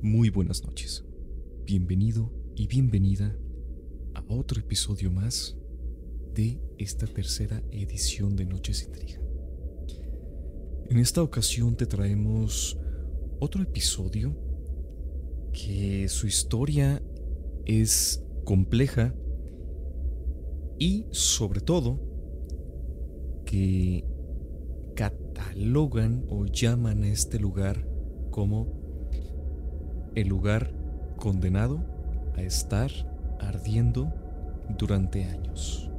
Muy buenas noches. Bienvenido y bienvenida a otro episodio más de esta tercera edición de Noches Intriga. En esta ocasión te traemos otro episodio que su historia es compleja y sobre todo que catalogan o llaman a este lugar como el lugar condenado a estar ardiendo durante años.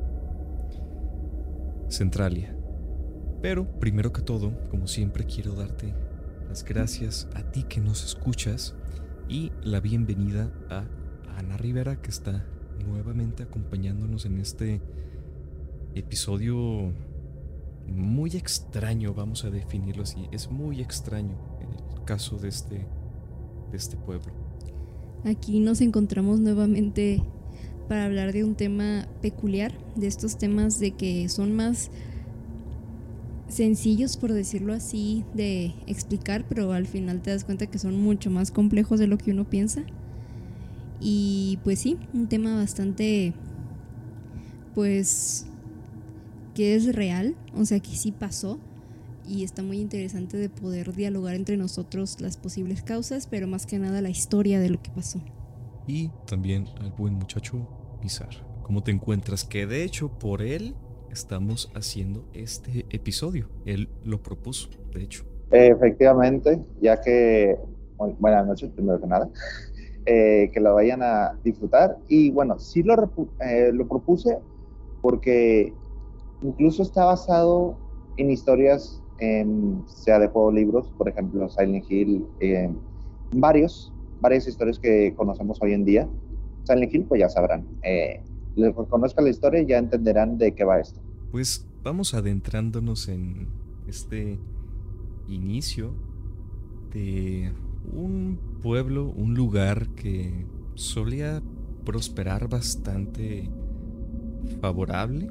Centralia. Pero primero que todo, como siempre, quiero darte las gracias a ti que nos escuchas y la bienvenida a Ana Rivera, que está nuevamente acompañándonos en este episodio muy extraño, vamos a definirlo así. Es muy extraño el caso de este pueblo. Aquí nos encontramos nuevamente para hablar de un tema peculiar, de estos temas de que son más sencillos, por decirlo así, de explicar, pero al final te das cuenta que son mucho más complejos de lo que uno piensa. Y pues sí, un tema bastante, pues, que es real, o sea que sí pasó. Y está muy interesante de poder dialogar entre nosotros las posibles causas, pero más que nada la historia de lo que pasó. Y también al buen muchacho Mizar. ¿Cómo te encuentras? Que de hecho por él estamos haciendo este episodio. Él lo propuso, de hecho. Efectivamente, ya que, buenas noches, primero que nada, que lo vayan a disfrutar. Y bueno, sí lo propuse porque incluso está basado en historias, sea de juegos, libros, por ejemplo, Silent Hill, varias historias que conocemos hoy en día. Silent Hill, pues ya sabrán. Les conozcan la historia y ya entenderán de qué va esto. Pues vamos adentrándonos en este inicio de un pueblo, un lugar que solía prosperar bastante favorable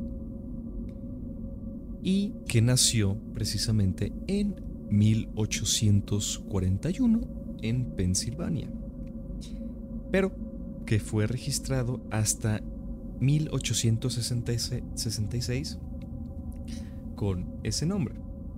y que nació precisamente en 1841 en Pensilvania, pero que fue registrado hasta 1866 con ese nombre.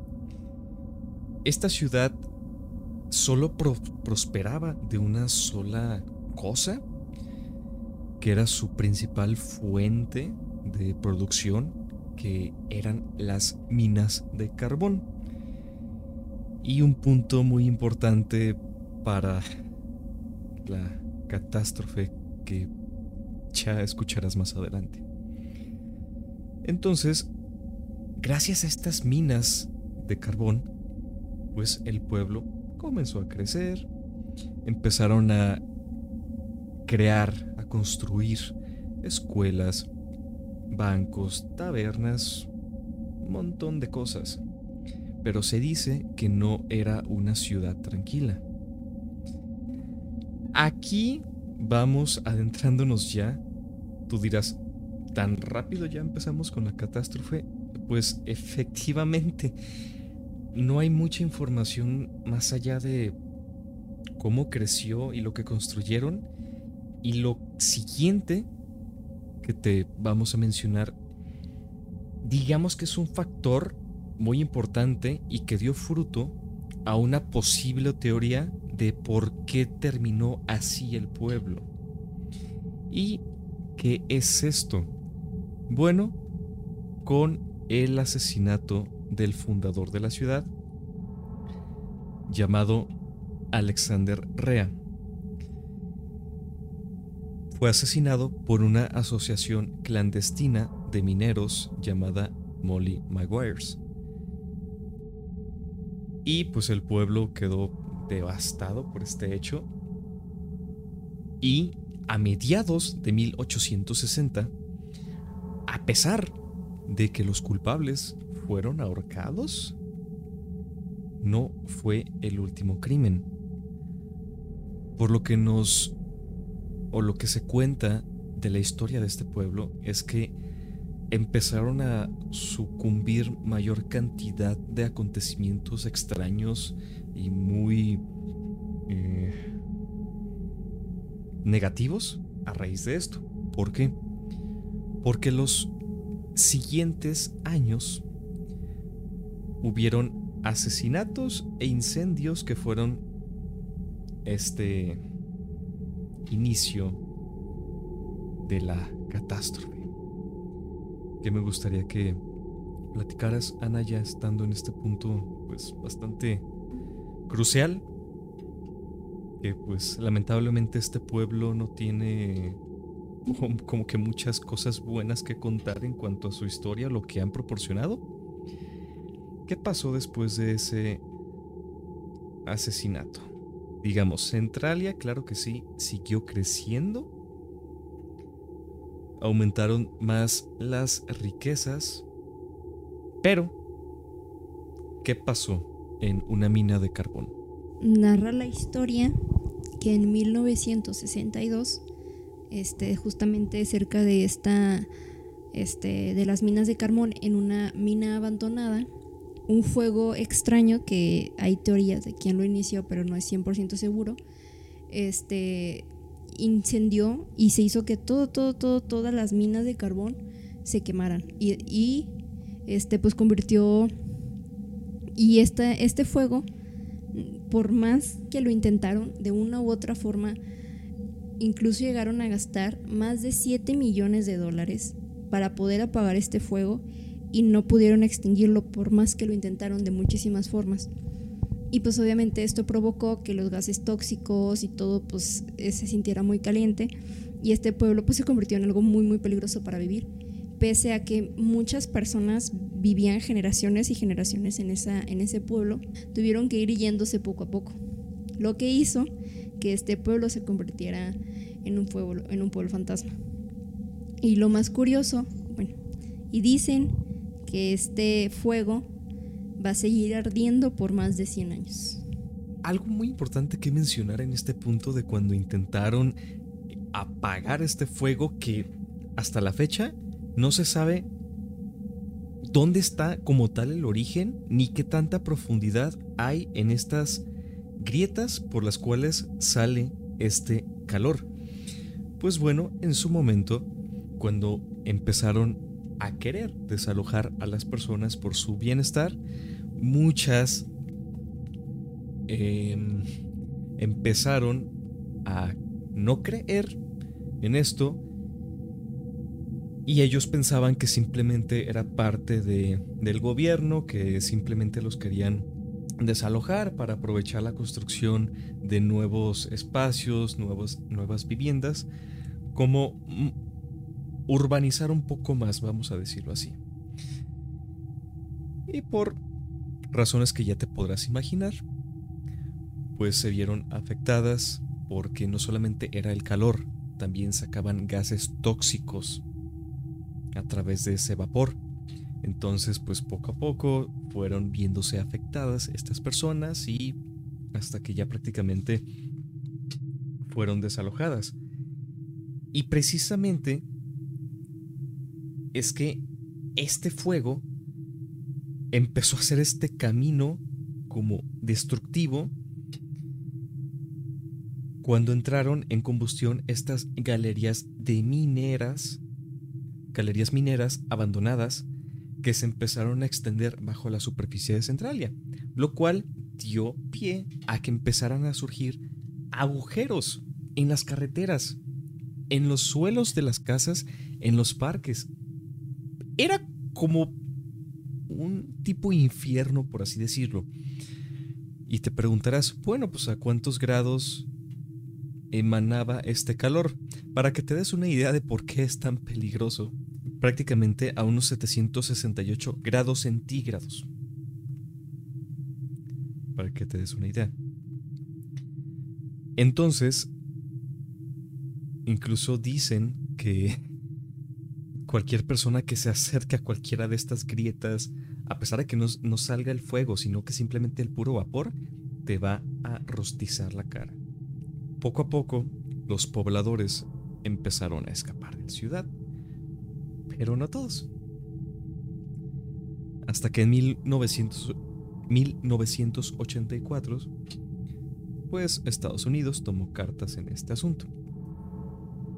Esta ciudad solo prosperaba de una sola cosa, que era su principal fuente de producción, que eran las minas de carbón. Y un punto muy importante para la catástrofe que ya escucharás más adelante. Entonces, gracias a estas minas de carbón, pues el pueblo comenzó a crecer, empezaron a crear, a construir escuelas, bancos, tabernas, un montón de cosas. Pero se dice que no era una ciudad tranquila. Aquí vamos adentrándonos ya. Tú dirás, ¿tan rápido ya empezamos con la catástrofe? Pues efectivamente, no hay mucha información más allá de cómo creció y lo que construyeron. Y lo siguiente que te vamos a mencionar, digamos que es un factor muy importante y que dio fruto a una posible teoría de por qué terminó así el pueblo. ¿Y qué es esto? Bueno, con el asesinato del fundador de la ciudad, llamado Alexander Rea. Fue asesinado por una asociación clandestina de mineros llamada Molly Maguires. Y pues el pueblo quedó devastado por este hecho. Y a mediados de 1860, a pesar de que los culpables fueron ahorcados, no fue el último crimen. Por lo que lo que se cuenta de la historia de este pueblo es que empezaron a sucumbir mayor cantidad de acontecimientos extraños y muy negativos a raíz de esto. ¿Por qué? Porque los siguientes años hubieron asesinatos e incendios que fueron este inicio de la catástrofe. Que me gustaría que platicaras, Ana, ya estando en este punto pues bastante crucial, que pues lamentablemente este pueblo no tiene como que muchas cosas buenas que contar en cuanto a su historia, lo que han proporcionado. ¿Qué pasó después de ese asesinato? Digamos, Centralia, claro que sí, siguió creciendo. Aumentaron más las riquezas. Pero, ¿qué pasó en una mina de carbón? Narra la historia que en 1962, justamente cerca de de las minas de carbón, en una mina abandonada, un fuego extraño, que hay teorías de quién lo inició, pero no es 100% seguro, incendió y se hizo que todas las minas de carbón se quemaran y pues convirtió, y este fuego, por más que lo intentaron de una u otra forma, incluso llegaron a gastar más de $7 millones para poder apagar este fuego, y no pudieron extinguirlo por más que lo intentaron de muchísimas formas. Y pues obviamente esto provocó que los gases tóxicos y todo pues se sintiera muy caliente, y este pueblo pues se convirtió en algo muy muy peligroso para vivir, pese a que muchas personas vivían generaciones y generaciones en ese pueblo. Tuvieron que ir yéndose poco a poco, lo que hizo que este pueblo se convirtiera en un pueblo fantasma. Y lo más curioso, y dicen que este fuego va a seguir ardiendo por más de 100 años. Algo muy importante que mencionar en este punto de cuando intentaron apagar este fuego, que hasta la fecha no se sabe dónde está como tal el origen, ni qué tanta profundidad hay en estas grietas por las cuales sale este calor. Pues bueno, en su momento, cuando empezaron a querer desalojar a las personas por su bienestar, muchas empezaron a no creer en esto, y ellos pensaban que simplemente era parte del gobierno, que simplemente los querían desalojar para aprovechar la construcción de nuevos espacios, nuevas viviendas, como urbanizar un poco más, vamos a decirlo así. Y por razones que ya te podrás imaginar, pues se vieron afectadas, porque no solamente era el calor, también sacaban gases tóxicos a través de ese vapor. Entonces pues poco a poco fueron viéndose afectadas estas personas, y hasta que ya prácticamente fueron desalojadas. Y precisamente es que este fuego empezó a hacer este camino como destructivo cuando entraron en combustión estas galerías mineras abandonadas, que se empezaron a extender bajo la superficie de Centralia, lo cual dio pie a que empezaran a surgir agujeros en las carreteras, en los suelos de las casas, en los parques. Era como un tipo infierno, por así decirlo. Y te preguntarás, bueno, pues ¿a cuántos grados emanaba este calor? Para que te des una idea de por qué es tan peligroso, prácticamente a unos 768 grados centígrados. Para que te des una idea. Entonces, incluso dicen que cualquier persona que se acerque a cualquiera de estas grietas, a pesar de que no salga el fuego, sino que simplemente el puro vapor, te va a rostizar la cara. Poco a poco, los pobladores empezaron a escapar de la ciudad, pero no todos. Hasta que en 1984, pues Estados Unidos tomó cartas en este asunto.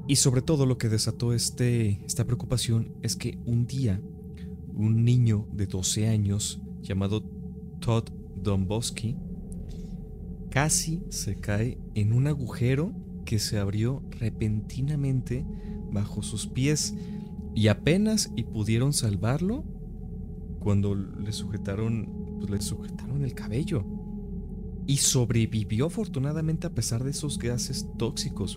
Y sobre todo lo que desató esta preocupación es que un día un niño de 12 años llamado Todd Domboski casi se cae en un agujero que se abrió repentinamente bajo sus pies y apenas pudieron salvarlo cuando le sujetaron el cabello. Y sobrevivió afortunadamente a pesar de esos gases tóxicos.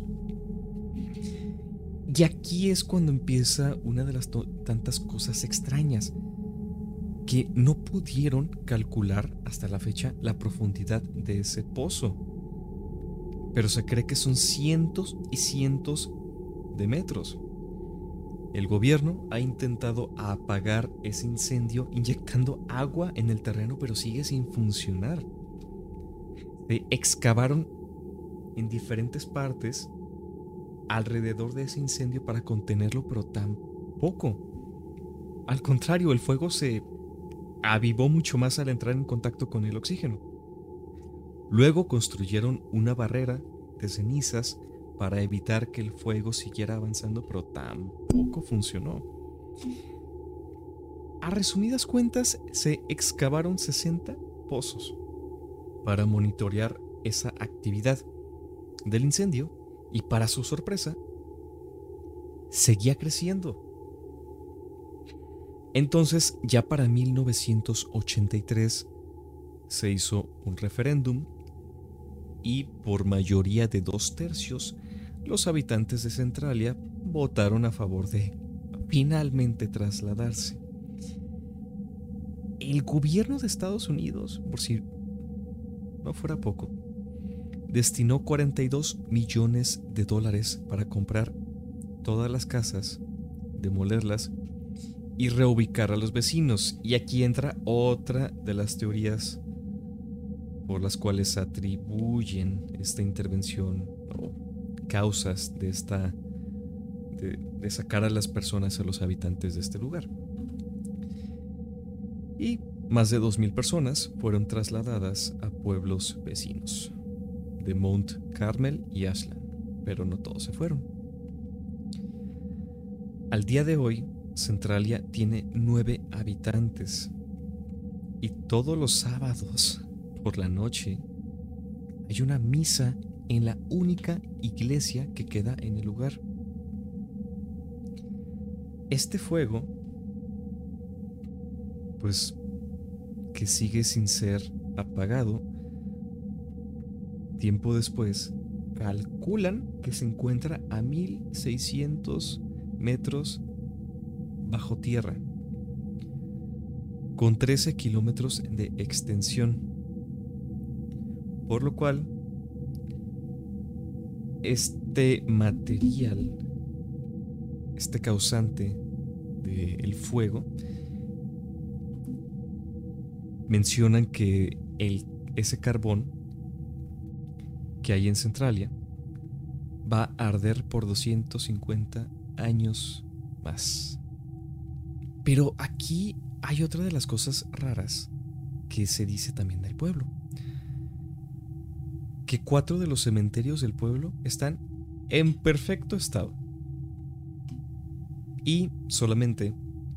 Y aquí es cuando empieza una de las tantas cosas extrañas, que no pudieron calcular hasta la fecha la profundidad de ese pozo. Pero se cree que son cientos y cientos de metros. El gobierno ha intentado apagar ese incendio inyectando agua en el terreno, pero sigue sin funcionar. Excavaron en diferentes partes alrededor de ese incendio para contenerlo, pero tampoco. Al contrario, el fuego se avivó mucho más al entrar en contacto con el oxígeno. Luego construyeron una barrera de cenizas para evitar que el fuego siguiera avanzando, pero tampoco funcionó. A resumidas cuentas, se excavaron 60 pozos para monitorear esa actividad del incendio y, para su sorpresa, seguía creciendo. Entonces, ya para 1983 se hizo un referéndum y por mayoría de 2/3 los habitantes de Centralia votaron a favor de finalmente trasladarse. El gobierno de Estados Unidos, por si no fuera poco, destinó $42 millones para comprar todas las casas, demolerlas y reubicar a los vecinos. Y aquí entra otra de las teorías por las cuales atribuyen esta intervención o causas de sacar a las personas, a los habitantes de este lugar. Y más de 2,000 personas fueron trasladadas a pueblos vecinos de Mount Carmel y Ashland, pero no todos se fueron. Al día de hoy, Centralia tiene 9 habitantes y todos los sábados por la noche hay una misa en la única iglesia que queda en el lugar. Este fuego, pues, que sigue sin ser apagado, tiempo después, calculan que se encuentra a 1,600 metros bajo tierra, con 13 kilómetros de extensión, por lo cual este material, este causante del fuego, mencionan que ese carbón que hay en Centralia va a arder por 250 años más. Pero aquí hay otra de las cosas raras que se dice también del pueblo: que 4 de los cementerios del pueblo están en perfecto estado y solamente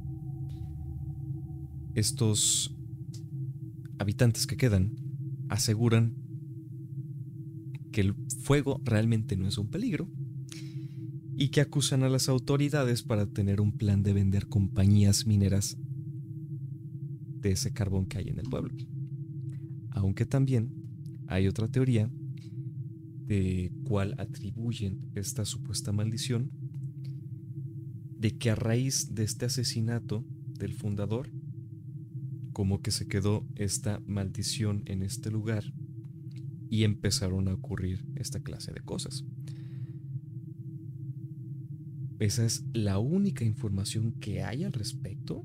estos habitantes que quedan aseguran que el fuego realmente no es un peligro y que acusan a las autoridades para tener un plan de vender compañías mineras de ese carbón que hay en el pueblo. Aunque también hay otra teoría de cuál atribuyen esta supuesta maldición, de que a raíz de este asesinato del fundador, como que se quedó esta maldición en este lugar y empezaron a ocurrir esta clase de cosas. Esa es la única información que hay al respecto.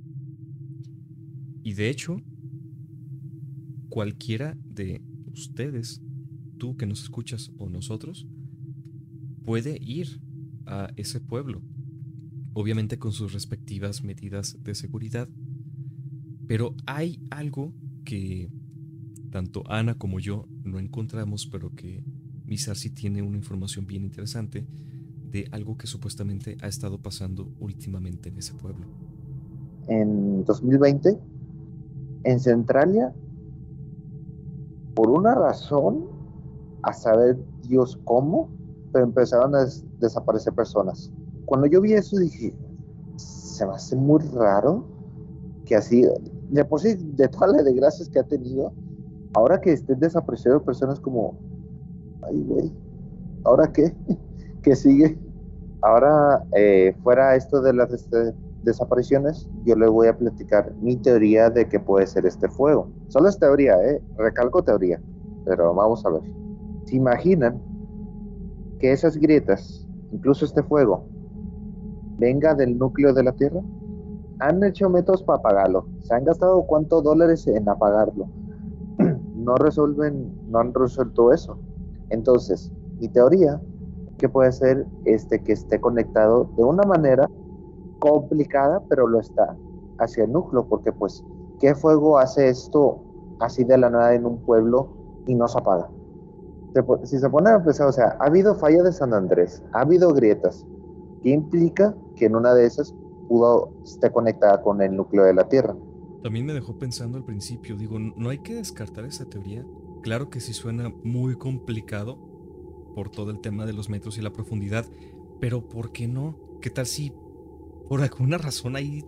Y de hecho, cualquiera de ustedes, tú que nos escuchas o nosotros, puede ir a ese pueblo, obviamente con sus respectivas medidas de seguridad. Pero hay algo que tanto Ana como yo no encontramos, pero que Mizar sí tiene una información bien interesante de algo que supuestamente ha estado pasando últimamente en ese pueblo. En 2020, en Centralia, por una razón, a saber Dios cómo, pero empezaron a desaparecer personas. Cuando yo vi eso dije, se me hace muy raro que así, de por sí, de todas las desgracias que ha tenido, ahora que estén desapareciendo personas como, ay güey, ¿ahora qué? ¿Qué sigue? Ahora, fuera esto de las desapariciones, yo les voy a platicar mi teoría de que puede ser este fuego. Solo es teoría, recalco teoría, pero vamos a ver. ¿Se imaginan que esas grietas, incluso este fuego, venga del núcleo de la Tierra? Han hecho métodos para apagarlo. ¿Se han gastado cuántos dólares en apagarlo? No han resuelto eso. Entonces, mi teoría que puede ser que esté conectado de una manera complicada, pero lo está, hacia el núcleo, porque pues, ¿qué fuego hace esto así de la nada en un pueblo y no se apaga? Si se pone a pensar, o sea, ha habido falla de San Andrés, ha habido grietas, ¿qué implica que en una de esas esté conectada con el núcleo de la Tierra? También me dejó pensando al principio, digo, no hay que descartar esa teoría. Claro que sí suena muy complicado por todo el tema de los metros y la profundidad, pero ¿por qué no? ¿Qué tal si por alguna razón hay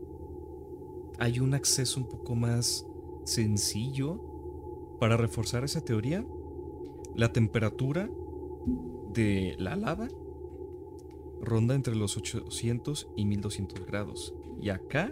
un acceso un poco más sencillo para reforzar esa teoría? La temperatura de la lava ronda entre los 800 y 1200 grados. Y acá,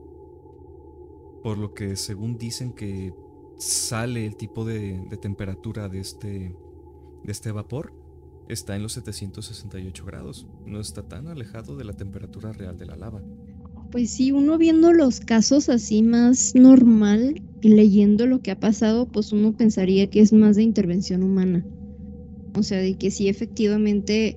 por lo que según dicen que sale el tipo de temperatura de este vapor, está en los 768 grados. No está tan alejado de la temperatura real de la lava. Pues sí, uno viendo los casos así más normal y leyendo lo que ha pasado, pues uno pensaría que es más de intervención humana. O sea, de que sí efectivamente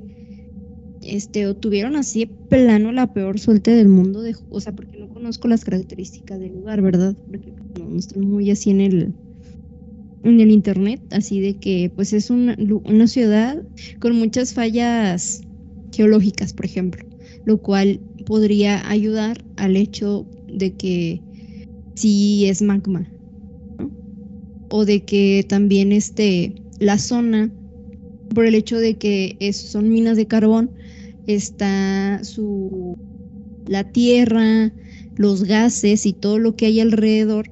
o tuvieron así de plano la peor suerte del mundo, o sea, porque no conozco las características del lugar, ¿verdad? Porque no estoy muy así en el internet, así de que pues es una ciudad con muchas fallas geológicas, por ejemplo, lo cual podría ayudar al hecho de que sí es magma, ¿no? O de que también la zona, por el hecho de que son minas de carbón, está la tierra, los gases y todo lo que hay alrededor,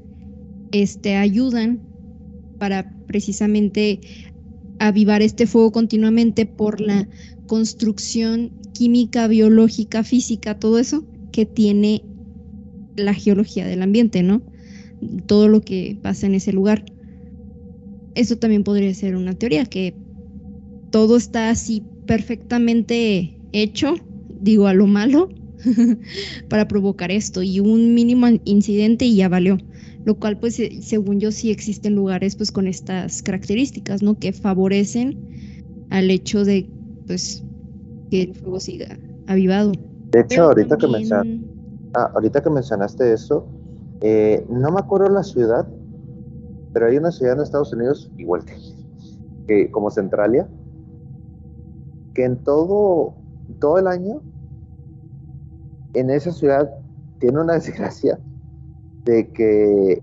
ayudan para precisamente avivar este fuego continuamente por la construcción química, biológica, física, todo eso que tiene la geología del ambiente, ¿no? Todo lo que pasa en ese lugar. Eso también podría ser una teoría, que todo está así perfectamente hecho, digo a lo malo, para provocar esto, y un mínimo incidente y ya valió. Lo cual, pues, según yo, sí existen lugares pues con estas características, ¿no? Que favorecen al hecho de, pues, que el fuego siga avivado. De hecho, Pero ahorita también... ahorita que mencionaste eso, no me acuerdo la ciudad, pero hay una ciudad en Estados Unidos, igual que como Centralia, que en todo el año, en esa ciudad tiene una desgracia de que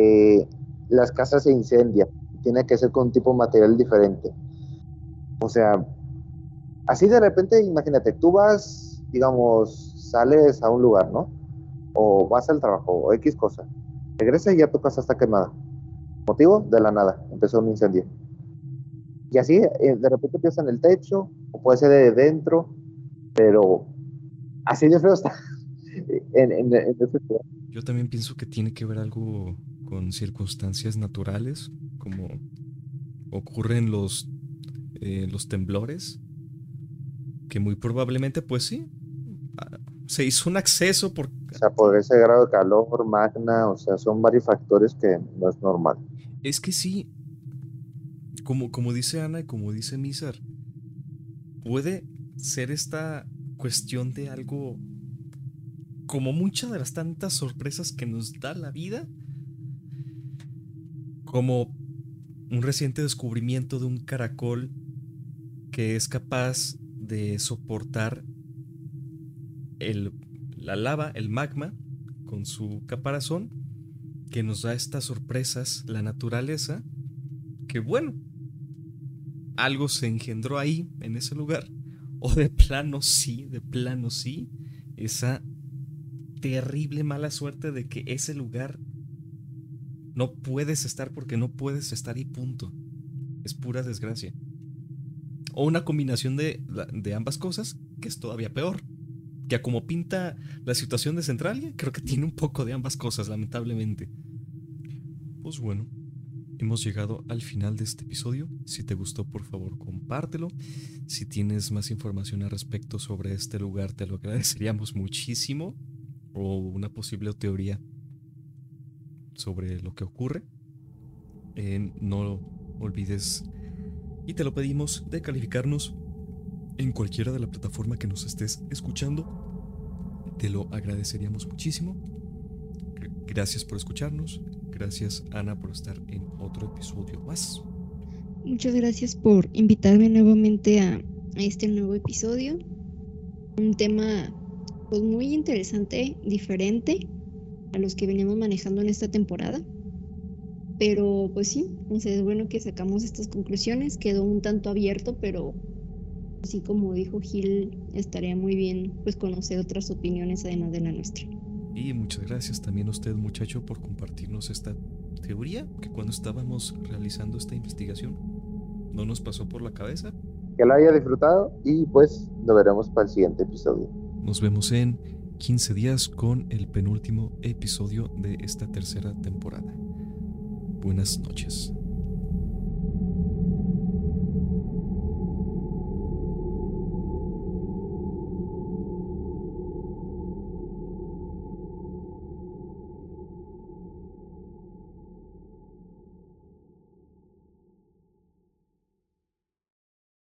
las casas se incendian, tiene que ser con un tipo de material diferente. O sea, así de repente, imagínate, tú vas, digamos, sales a un lugar, ¿no? O vas al trabajo, o X cosa. Regresas y ya tu casa está quemada. ¿Motivo? De la nada, empezó un incendio. Y así, de repente empieza en el techo, o puede ser de dentro, pero así de feo está en ese lugar. Yo también pienso que tiene que ver algo con circunstancias naturales, como ocurren los temblores, que muy probablemente, pues sí, se hizo un acceso por... O sea, por ese grado de calor, magna, o sea, son varios factores que no es normal. Es que sí, como dice Ana y como dice Mizar, puede ser esta cuestión de algo, como muchas de las tantas sorpresas que nos da la vida, como un reciente descubrimiento de un caracol que es capaz de soportar la lava, el magma, con su caparazón, que nos da estas sorpresas, la naturaleza, que bueno, algo se engendró ahí, en ese lugar, o de plano sí, esa terrible mala suerte de que ese lugar no puedes estar porque no puedes estar y punto. Es pura desgracia. O una combinación de ambas cosas, que es todavía peor. Que a como pinta la situación de Centralia, creo que tiene un poco de ambas cosas, lamentablemente. Pues bueno, hemos llegado al final de este episodio. Si te gustó, por favor, compártelo. Si tienes más información al respecto sobre este lugar, te lo agradeceríamos muchísimo. O una posible teoría sobre lo que ocurre. No olvides, y te lo pedimos, de calificarnos en cualquiera de la plataforma que nos estés escuchando. Te lo agradeceríamos muchísimo. Gracias por escucharnos. Gracias, Ana, por estar en otro episodio más. Muchas gracias por invitarme nuevamente a este nuevo episodio. Un tema pues muy interesante, diferente a los que veníamos manejando en esta temporada. Pero pues sí, entonces es bueno que sacamos estas conclusiones. Quedó un tanto abierto, pero así como dijo Gil, estaría muy bien pues conocer otras opiniones además de la nuestra. Y muchas gracias también a usted, muchacho, por compartirnos esta teoría que cuando estábamos realizando esta investigación no nos pasó por la cabeza. Que lo haya disfrutado y pues nos veremos para el siguiente episodio. Nos vemos en 15 días con el penúltimo episodio de esta tercera temporada. Buenas noches.